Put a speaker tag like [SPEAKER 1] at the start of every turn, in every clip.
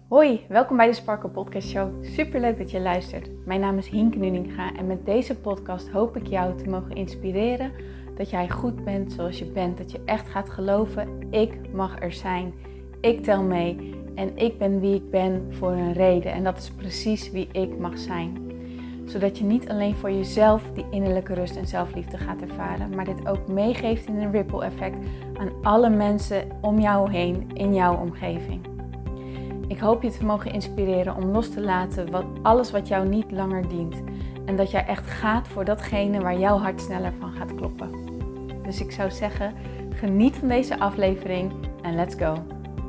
[SPEAKER 1] Hoi, welkom bij de Sparkle Podcast Show. Superleuk dat je luistert. Mijn naam is Hienke Nuninga en met deze podcast hoop ik jou te mogen inspireren dat jij goed bent zoals je bent. Dat je echt gaat geloven, ik mag er zijn, ik tel mee en ik ben wie ik ben voor een reden. En dat is precies wie ik mag zijn. Zodat je niet alleen voor jezelf die innerlijke rust en zelfliefde gaat ervaren, maar dit ook meegeeft in een ripple effect aan alle mensen om jou heen in jouw omgeving. Ik hoop je te mogen inspireren om los te laten alles wat jou niet langer dient. En dat jij echt gaat voor datgene waar jouw hart sneller van gaat kloppen. Dus ik zou zeggen, geniet van deze aflevering en let's go!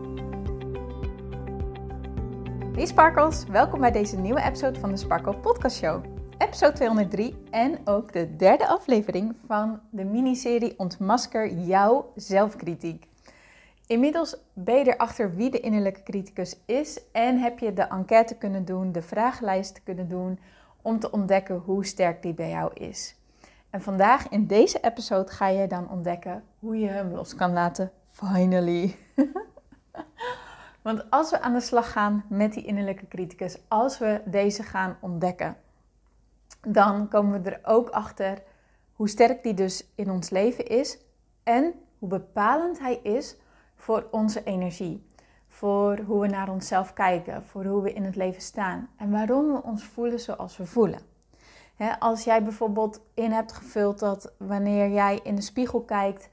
[SPEAKER 1] Hey Sparkles, welkom bij deze nieuwe episode van de Sparkle Podcast Show. Episode 203 en ook de derde aflevering van de miniserie Ontmasker jouw zelfkritiek. Inmiddels ben je erachter wie de innerlijke criticus is en heb je de enquête kunnen doen, de vragenlijst kunnen doen om te ontdekken hoe sterk die bij jou is. En vandaag in deze episode ga je dan ontdekken hoe je hem los kan laten. Finally! Want als we aan de slag gaan met die innerlijke criticus, als we deze gaan ontdekken, dan komen we er ook achter hoe sterk die dus in ons leven is en hoe bepalend hij is voor onze energie, voor hoe we naar onszelf kijken, voor hoe we in het leven staan en waarom we ons voelen zoals we voelen. Als jij bijvoorbeeld in hebt gevuld dat wanneer jij in de spiegel kijkt,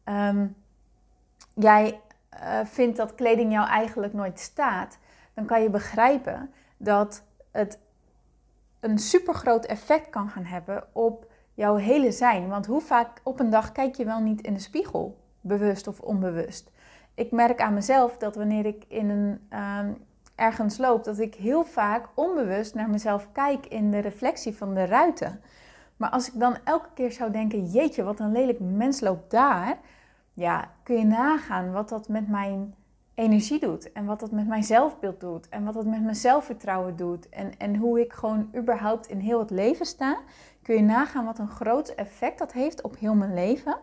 [SPEAKER 1] jij vindt dat kleding jou eigenlijk nooit staat, dan kan je begrijpen dat het een supergroot effect kan gaan hebben op jouw hele zijn. Want hoe vaak op een dag kijk je wel niet in de spiegel, bewust of onbewust? Ik merk aan mezelf dat wanneer ik ergens loop, dat ik heel vaak onbewust naar mezelf kijk in de reflectie van de ruiten. Maar als ik dan elke keer zou denken, jeetje, wat een lelijk mens loopt daar. Ja, kun je nagaan wat dat met mijn energie doet. En wat dat met mijn zelfbeeld doet. En wat dat met mijn zelfvertrouwen doet. En hoe ik gewoon überhaupt in heel het leven sta. Kun je nagaan wat een groot effect dat heeft op heel mijn leven.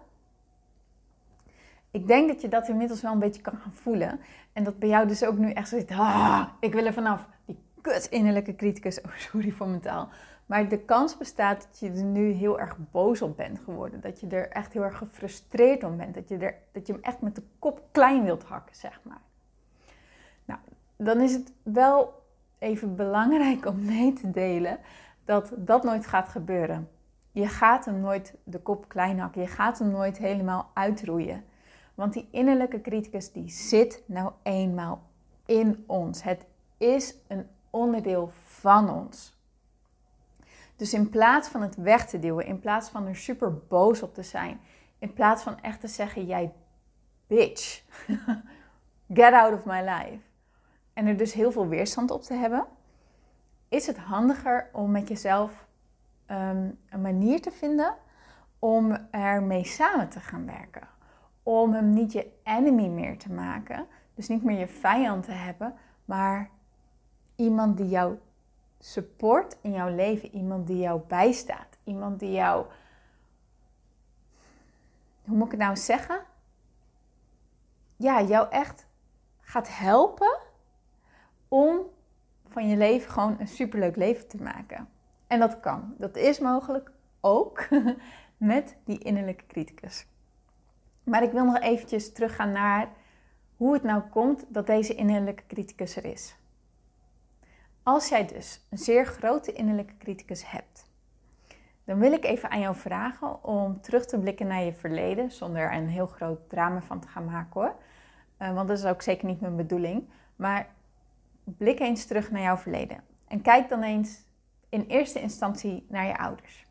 [SPEAKER 1] Ik denk dat je dat inmiddels wel een beetje kan gaan voelen. En dat bij jou dus ook nu echt zo zit. Ik wil er vanaf. Die kut innerlijke criticus. Oh, sorry voor mijn taal. Maar de kans bestaat dat je er nu heel erg boos op bent geworden. Dat je er echt heel erg gefrustreerd om bent. Dat je hem echt met de kop klein wilt hakken, zeg maar. Nou, dan is het wel even belangrijk om mee te delen dat dat nooit gaat gebeuren. Je gaat hem nooit de kop klein hakken. Je gaat hem nooit helemaal uitroeien. Want die innerlijke criticus die zit nou eenmaal in ons. Het is een onderdeel van ons. Dus in plaats van het weg te duwen, in plaats van er super boos op te zijn, in plaats van echt te zeggen, jij bitch, get out of my life. En er dus heel veel weerstand op te hebben, is het handiger om met jezelf een manier te vinden om ermee samen te gaan werken. Om hem niet je enemy meer te maken. Dus niet meer je vijand te hebben. Maar iemand die jou support in jouw leven. Iemand die jou bijstaat. Iemand die jou... Hoe moet ik het nou zeggen? Ja, jou echt gaat helpen om van je leven gewoon een superleuk leven te maken. En dat kan. Dat is mogelijk ook met die innerlijke criticus. Maar ik wil nog eventjes teruggaan naar hoe het nou komt dat deze innerlijke criticus er is. Als jij dus een zeer grote innerlijke criticus hebt, dan wil ik even aan jou vragen om terug te blikken naar je verleden, zonder er een heel groot drama van te gaan maken hoor. Want dat is ook zeker niet mijn bedoeling. Maar blik eens terug naar jouw verleden. En kijk dan eens in eerste instantie naar je ouders.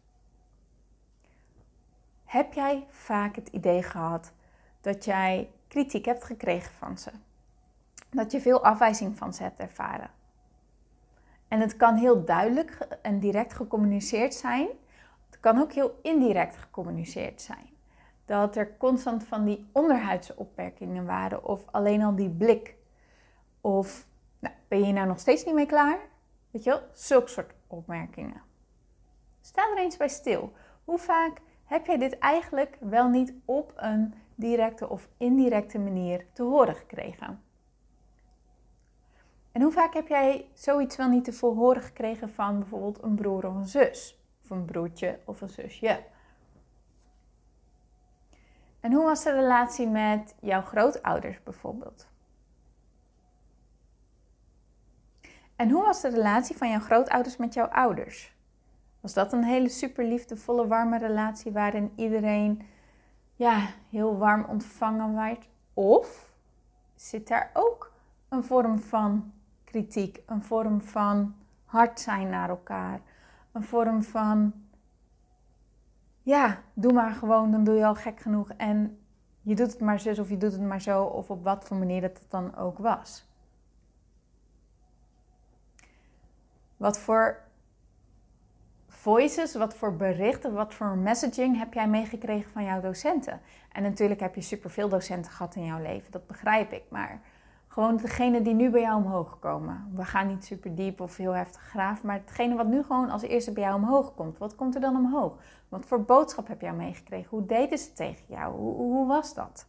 [SPEAKER 1] Heb jij vaak het idee gehad dat jij kritiek hebt gekregen van ze? Dat je veel afwijzing van ze hebt ervaren? En het kan heel duidelijk en direct gecommuniceerd zijn. Het kan ook heel indirect gecommuniceerd zijn. Dat er constant van die onderhuidse opmerkingen waren of alleen al die blik. Of ben je hier nou nog steeds niet mee klaar? Weet je wel, zulke soort opmerkingen. Sta er eens bij stil. Hoe vaak heb jij dit eigenlijk wel niet op een directe of indirecte manier te horen gekregen? En hoe vaak heb jij zoiets wel niet te horen gekregen van bijvoorbeeld een broer of een zus? Of een broertje of een zusje? En hoe was de relatie met jouw grootouders bijvoorbeeld? En hoe was de relatie van jouw grootouders met jouw ouders? Was dat een hele super liefdevolle, warme relatie waarin iedereen heel warm ontvangen werd? Of zit daar ook een vorm van kritiek, een vorm van hard zijn naar elkaar, een vorm van doe maar gewoon, dan doe je al gek genoeg en je doet het maar zus of je doet het maar zo, of op wat voor manier dat het dan ook was. Wat voor voices, wat voor berichten, wat voor messaging heb jij meegekregen van jouw docenten? En natuurlijk heb je superveel docenten gehad in jouw leven, dat begrijp ik. Maar gewoon degene die nu bij jou omhoog komen. We gaan niet super diep of heel heftig graven, maar hetgene wat nu gewoon als eerste bij jou omhoog komt. Wat komt er dan omhoog? Wat voor boodschap heb jij meegekregen? Hoe deden ze tegen jou? Hoe was dat?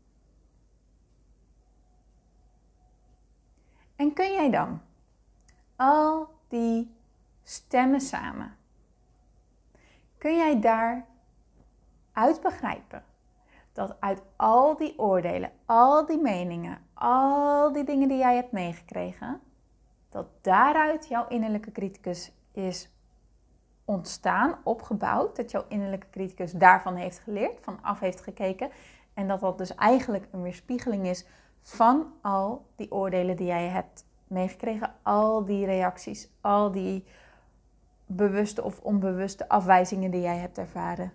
[SPEAKER 1] En kun jij dan al die stemmen samen, kun jij daaruit begrijpen dat uit al die oordelen, al die meningen, al die dingen die jij hebt meegekregen, dat daaruit jouw innerlijke criticus is ontstaan, opgebouwd, dat jouw innerlijke criticus daarvan heeft geleerd, van af heeft gekeken en dat dat dus eigenlijk een weerspiegeling is van al die oordelen die jij hebt meegekregen, al die reacties, al die bewuste of onbewuste afwijzingen die jij hebt ervaren.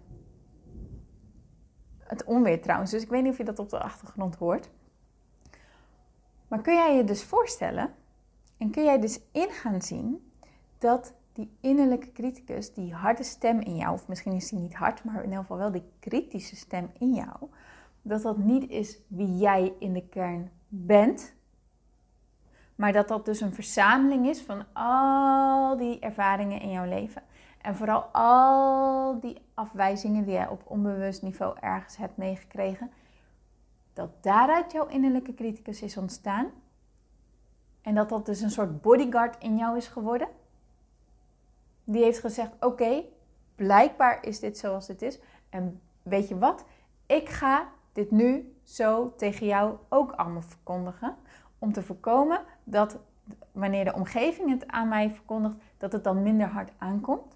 [SPEAKER 1] Het onweer trouwens, dus ik weet niet of je dat op de achtergrond hoort. Maar kun jij je dus voorstellen en kun jij dus in gaan zien dat die innerlijke criticus, die harde stem in jou, of misschien is die niet hard, maar in ieder geval wel die kritische stem in jou, dat dat niet is wie jij in de kern bent, maar dat dat dus een verzameling is van al die ervaringen in jouw leven. En vooral al die afwijzingen die jij op onbewust niveau ergens hebt meegekregen. Dat daaruit jouw innerlijke criticus is ontstaan. En dat dat dus een soort bodyguard in jou is geworden. Die heeft gezegd, oké, blijkbaar is dit zoals het is. En weet je wat? Ik ga dit nu zo tegen jou ook allemaal verkondigen. Om te voorkomen dat wanneer de omgeving het aan mij verkondigt, dat het dan minder hard aankomt.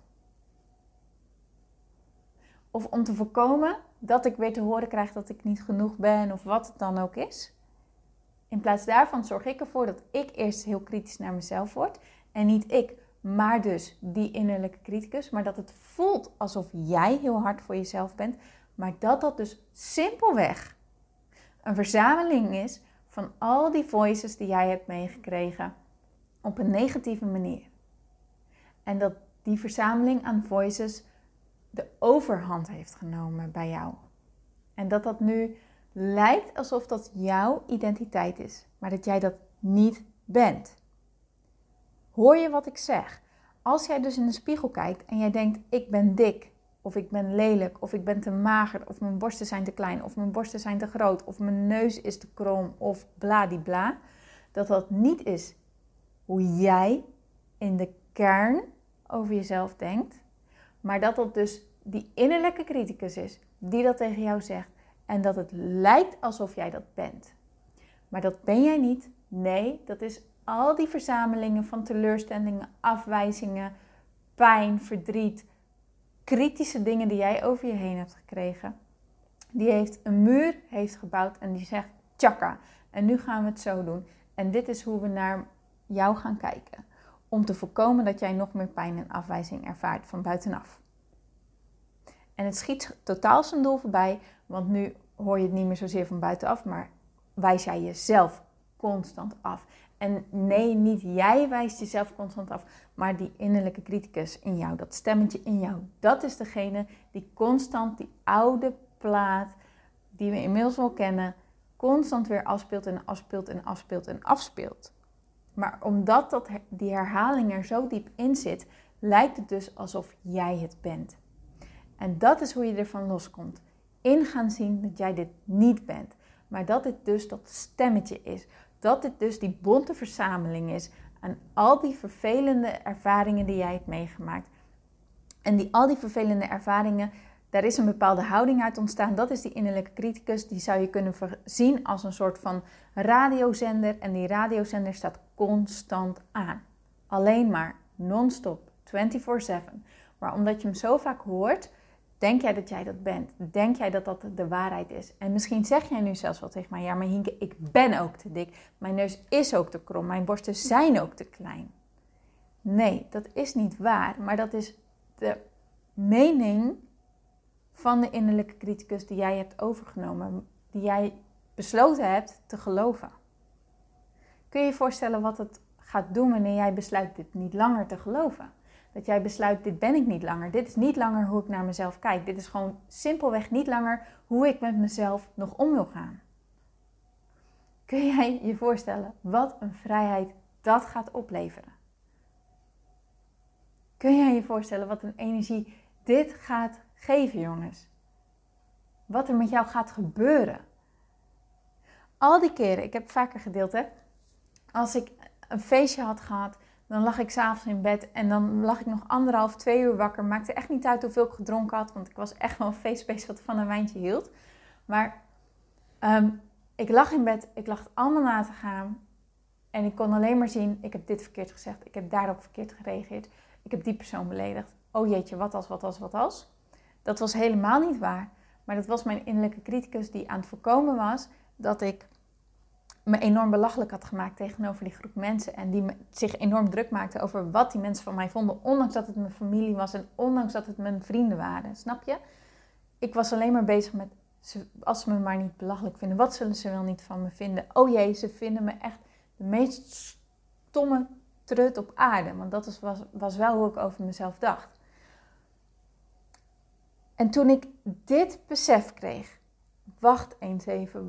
[SPEAKER 1] Of om te voorkomen dat ik weer te horen krijg dat ik niet genoeg ben of wat het dan ook is. In plaats daarvan zorg ik ervoor dat ik eerst heel kritisch naar mezelf word. En niet ik, maar dus die innerlijke criticus. Maar dat het voelt alsof jij heel hard voor jezelf bent. Maar dat dat dus simpelweg een verzameling is van al die voices die jij hebt meegekregen op een negatieve manier. En dat die verzameling aan voices de overhand heeft genomen bij jou. En dat dat nu lijkt alsof dat jouw identiteit is, maar dat jij dat niet bent. Hoor je wat ik zeg? Als jij dus in de spiegel kijkt en jij denkt, ik ben dik, of ik ben lelijk, of ik ben te mager, of mijn borsten zijn te klein, of mijn borsten zijn te groot, of mijn neus is te krom, of bladibla, dat dat niet is hoe jij in de kern over jezelf denkt, maar dat dat dus die innerlijke criticus is die dat tegen jou zegt en dat het lijkt alsof jij dat bent. Maar dat ben jij niet. Nee, dat is al die verzamelingen van teleurstellingen, afwijzingen, pijn, verdriet, kritische dingen die jij over je heen hebt gekregen. Die heeft een muur gebouwd en die zegt tjaka. En nu gaan we het zo doen. En dit is hoe we naar jou gaan kijken. Om te voorkomen dat jij nog meer pijn en afwijzing ervaart van buitenaf. En het schiet totaal zijn doel voorbij. Want nu hoor je het niet meer zozeer van buitenaf. Maar wijs jij jezelf constant af. En nee, niet jij wijst jezelf constant af. Maar die innerlijke criticus in jou. Dat stemmetje in jou. Dat is degene die constant die oude plaat. Die we inmiddels wel kennen. Constant weer afspeelt en afspeelt en afspeelt en afspeelt. Maar omdat die herhaling er zo diep in zit, lijkt het dus alsof jij het bent. En dat is hoe je ervan loskomt. In gaan zien dat jij dit niet bent. Maar dat dit dus dat stemmetje is. dat dit dus die bonte verzameling is aan al die vervelende ervaringen die jij hebt meegemaakt. En al die vervelende ervaringen, daar is een bepaalde houding uit ontstaan. Dat is die innerlijke criticus. Die zou je kunnen zien als een soort van radiozender. En die radiozender staat constant aan. Alleen maar, non-stop, 24/7. Maar omdat je hem zo vaak hoort, denk jij dat jij dat bent. Denk jij dat dat de waarheid is. En misschien zeg jij nu zelfs wel tegen mij, ja maar Hienke, ik ben ook te dik. Mijn neus is ook te krom. Mijn borsten zijn ook te klein. Nee, dat is niet waar. Maar dat is de mening van de innerlijke criticus die jij hebt overgenomen. Die jij besloten hebt te geloven. Kun je je voorstellen wat het gaat doen wanneer jij besluit dit niet langer te geloven? Dat jij besluit, dit ben ik niet langer. Dit is niet langer hoe ik naar mezelf kijk. Dit is gewoon simpelweg niet langer hoe ik met mezelf nog om wil gaan. Kun jij je voorstellen wat een vrijheid dat gaat opleveren? Kun jij je voorstellen wat een energie dit gaat geven, jongens? Wat er met jou gaat gebeuren? Al die keren, ik heb vaker gedeeld, hè. Als ik een feestje had gehad, dan lag ik 's avonds in bed en dan lag ik nog 1,5, 2 uur wakker. Maakte echt niet uit hoeveel ik gedronken had, want ik was echt wel een feestbeest wat van een wijntje hield. Maar ik lag in bed, ik lag het allemaal na te gaan. En ik kon alleen maar zien, ik heb dit verkeerd gezegd, ik heb daarop verkeerd gereageerd. Ik heb die persoon beledigd. Oh jeetje, wat als. Dat was helemaal niet waar. Maar dat was mijn innerlijke criticus die aan het voorkomen was dat ik me enorm belachelijk had gemaakt tegenover die groep mensen. En die zich enorm druk maakte over wat die mensen van mij vonden. Ondanks dat het mijn familie was en ondanks dat het mijn vrienden waren. Snap je? Ik was alleen maar bezig met, als ze me maar niet belachelijk vinden. Wat zullen ze wel niet van me vinden? Oh jee, ze vinden me echt de meest stomme trut op aarde. Want dat was wel hoe ik over mezelf dacht. En toen ik dit besef kreeg. Wacht eens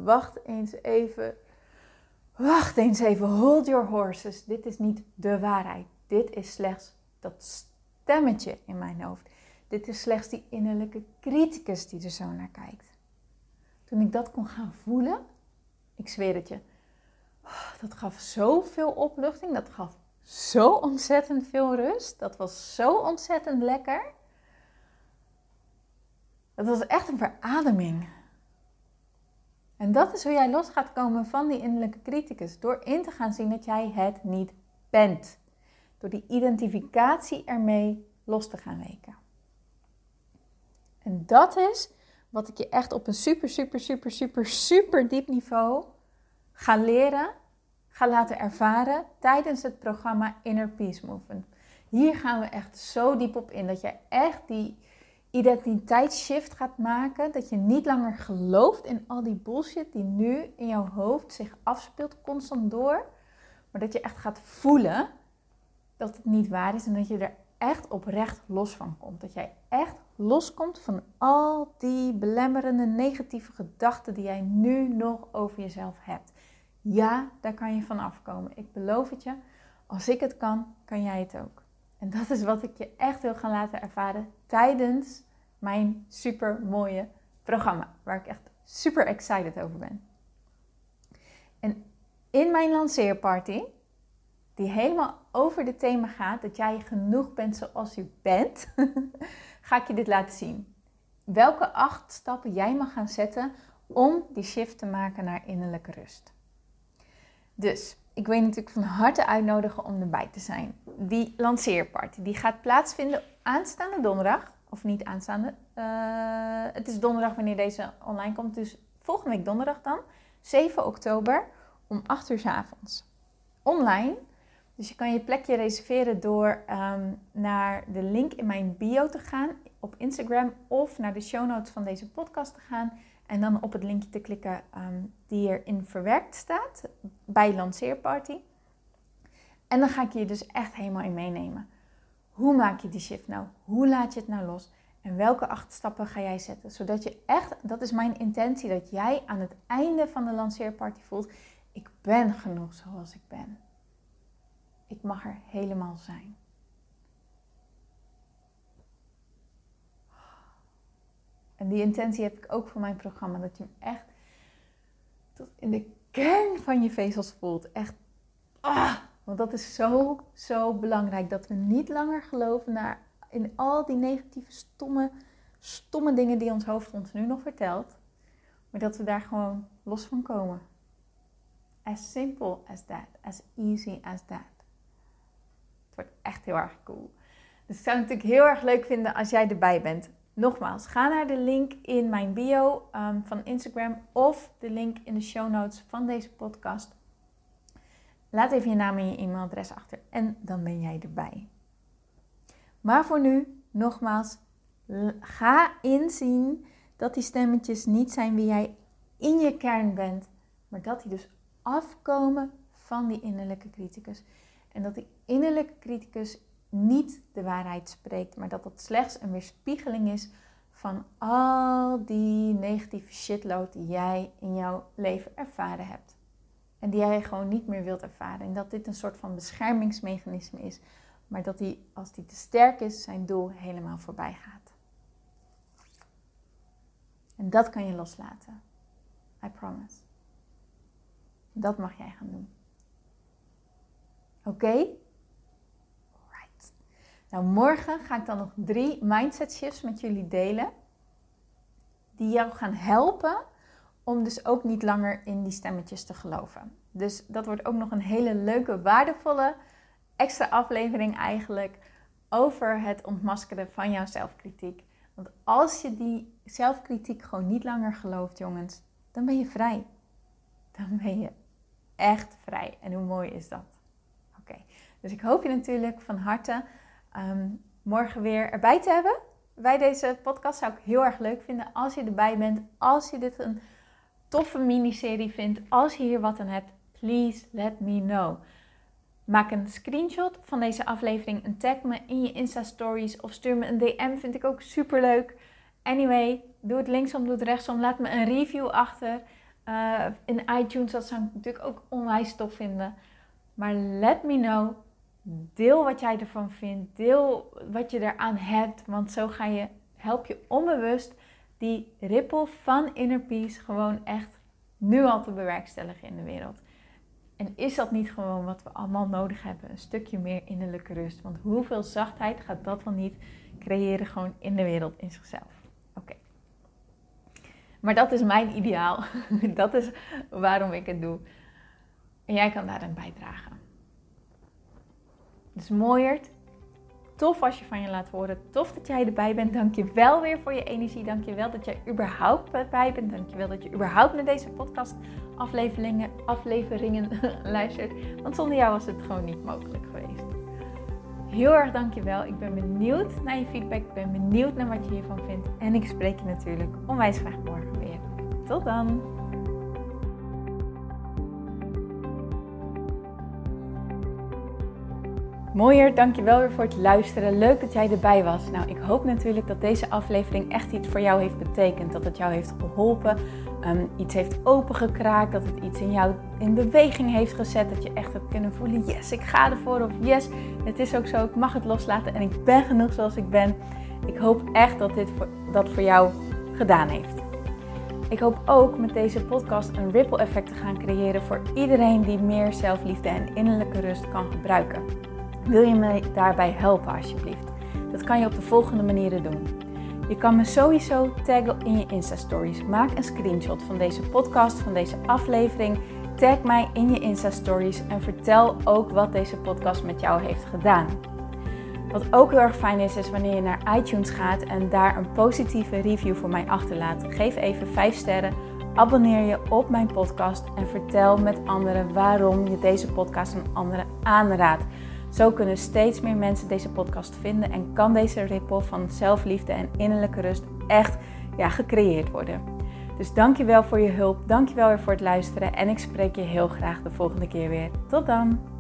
[SPEAKER 1] even, hold your horses. Dit is niet de waarheid. Dit is slechts dat stemmetje in mijn hoofd. Dit is slechts die innerlijke criticus die er zo naar kijkt. Toen ik dat kon gaan voelen, ik zweer het je, dat gaf zoveel opluchting. Dat gaf zo ontzettend veel rust. Dat was zo ontzettend lekker. Dat was echt een verademing. En dat is hoe jij los gaat komen van die innerlijke criticus. Door in te gaan zien dat jij het niet bent. Door die identificatie ermee los te gaan weken. En dat is wat ik je echt op een super diep niveau ga leren, ga laten ervaren tijdens het programma Inner Peace Movement. Hier gaan we echt zo diep op in dat je echt die identiteitsshift gaat maken. Dat je niet langer gelooft in al die bullshit die nu in jouw hoofd zich afspeelt constant door. Maar dat je echt gaat voelen dat het niet waar is en dat je er echt oprecht los van komt. Dat jij echt loskomt van al die belemmerende negatieve gedachten die jij nu nog over jezelf hebt. Ja, daar kan je van afkomen. Ik beloof het je. Als ik het kan, kan jij het ook. En dat is wat ik je echt wil gaan laten ervaren tijdens mijn super mooie programma. Waar ik echt super excited over ben. En in mijn lanceerparty, die helemaal over dit thema gaat, dat jij genoeg bent zoals je bent, ga ik je dit laten zien. Welke 8 stappen jij mag gaan zetten om die shift te maken naar innerlijke rust. Dus ik wil je natuurlijk van harte uitnodigen om erbij te zijn. Die lanceerparty die gaat plaatsvinden aanstaande donderdag. Of niet aanstaande. Het is donderdag wanneer deze online komt. Dus volgende week donderdag dan. 7 oktober om 8 uur 's avonds. Online. Dus je kan je plekje reserveren door naar de link in mijn bio te gaan op Instagram. Of naar de show notes van deze podcast te gaan. En dan op het linkje te klikken die erin verwerkt staat bij lanceerparty. En dan ga ik je dus echt helemaal in meenemen. Hoe maak je die shift nou? Hoe laat je het nou los? En welke 8 stappen ga jij zetten? Zodat je echt, dat is mijn intentie, dat jij aan het einde van de lanceerparty voelt. Ik ben genoeg zoals ik ben. Ik mag er helemaal zijn. En die intentie heb ik ook voor mijn programma. Dat je hem echt tot in de kern van je vezels voelt. Echt, want dat is zo belangrijk. Dat we niet langer geloven in al die negatieve, stomme dingen die ons hoofd ons nu nog vertelt. Maar dat we daar gewoon los van komen. As simple as that. As easy as that. Het wordt echt heel erg cool. Dus ik zou het natuurlijk heel erg leuk vinden als jij erbij bent. Nogmaals, ga naar de link in mijn bio van Instagram of de link in de show notes van deze podcast. Laat even je naam en je e-mailadres achter en dan ben jij erbij. Maar voor nu, nogmaals, ga inzien dat die stemmetjes niet zijn wie jij in je kern bent, maar dat die dus afkomen van die innerlijke criticus. En dat die innerlijke criticus niet de waarheid spreekt, maar dat dat slechts een weerspiegeling is van al die negatieve shitload die jij in jouw leven ervaren hebt. En die jij gewoon niet meer wilt ervaren. En dat dit een soort van beschermingsmechanisme is, maar dat hij, als die te sterk is, zijn doel helemaal voorbij gaat. En dat kan je loslaten. I promise. Dat mag jij gaan doen. Oké? Nou, morgen ga ik dan nog 3 mindset shifts met jullie delen. Die jou gaan helpen om dus ook niet langer in die stemmetjes te geloven. Dus dat wordt ook nog een hele leuke, waardevolle extra aflevering eigenlijk over het ontmaskeren van jouw zelfkritiek. Want als je die zelfkritiek gewoon niet langer gelooft, jongens, dan ben je vrij. Dan ben je echt vrij. En hoe mooi is dat? Oké. Dus ik hoop je natuurlijk van harte morgen weer erbij te hebben. Bij deze podcast zou ik heel erg leuk vinden als je erbij bent. Als je dit een toffe miniserie vindt. Als je hier wat aan hebt, please let me know. Maak een screenshot van deze aflevering en tag me in je Insta stories of stuur me een DM, vind ik ook super leuk. Anyway, doe het linksom, doe het rechtsom. Laat me een review achter in iTunes, dat zou ik natuurlijk ook onwijs tof vinden. Maar let me know. Deel wat jij ervan vindt. Deel wat je eraan hebt. Want zo help je onbewust die ripple van inner peace gewoon echt nu al te bewerkstelligen in de wereld. En is dat niet gewoon wat we allemaal nodig hebben? Een stukje meer innerlijke rust. Want hoeveel zachtheid gaat dat wel niet creëren gewoon in de wereld in zichzelf? Oké. Maar dat is mijn ideaal. Dat is waarom ik het doe. En jij kan daarin bijdragen. Dus mooierd. Tof als je van je laat horen. Tof dat jij erbij bent. Dank je wel weer voor je energie. Dank je wel dat jij überhaupt erbij bent. Dank je wel dat je überhaupt naar deze podcast afleveringen luistert. Want zonder jou was het gewoon niet mogelijk geweest. Heel erg dank je wel. Ik ben benieuwd naar je feedback. Ik ben benieuwd naar wat je hiervan vindt. En ik spreek je natuurlijk onwijs graag morgen weer. Tot dan! Mooier, dankjewel weer voor het luisteren. Leuk dat jij erbij was. Nou, ik hoop natuurlijk dat deze aflevering echt iets voor jou heeft betekend. Dat het jou heeft geholpen, iets heeft opengekraakt, dat het iets in jou in beweging heeft gezet. Dat je echt hebt kunnen voelen, yes, ik ga ervoor. Of yes, het is ook zo, ik mag het loslaten en ik ben genoeg zoals ik ben. Ik hoop echt dat dit dat voor jou gedaan heeft. Ik hoop ook met deze podcast een ripple effect te gaan creëren voor iedereen die meer zelfliefde en innerlijke rust kan gebruiken. Wil je me daarbij helpen alsjeblieft? Dat kan je op de volgende manieren doen. Je kan me sowieso taggen in je Insta-stories. Maak een screenshot van deze podcast, van deze aflevering. Tag mij in je Insta-stories en vertel ook wat deze podcast met jou heeft gedaan. Wat ook heel erg fijn is wanneer je naar iTunes gaat en daar een positieve review voor mij achterlaat. Geef even 5 sterren, abonneer je op mijn podcast en vertel met anderen waarom je deze podcast aan anderen aanraadt. Zo kunnen steeds meer mensen deze podcast vinden en kan deze ripple van zelfliefde en innerlijke rust echt gecreëerd worden. Dus dankjewel voor je hulp, dankjewel weer voor het luisteren en ik spreek je heel graag de volgende keer weer. Tot dan!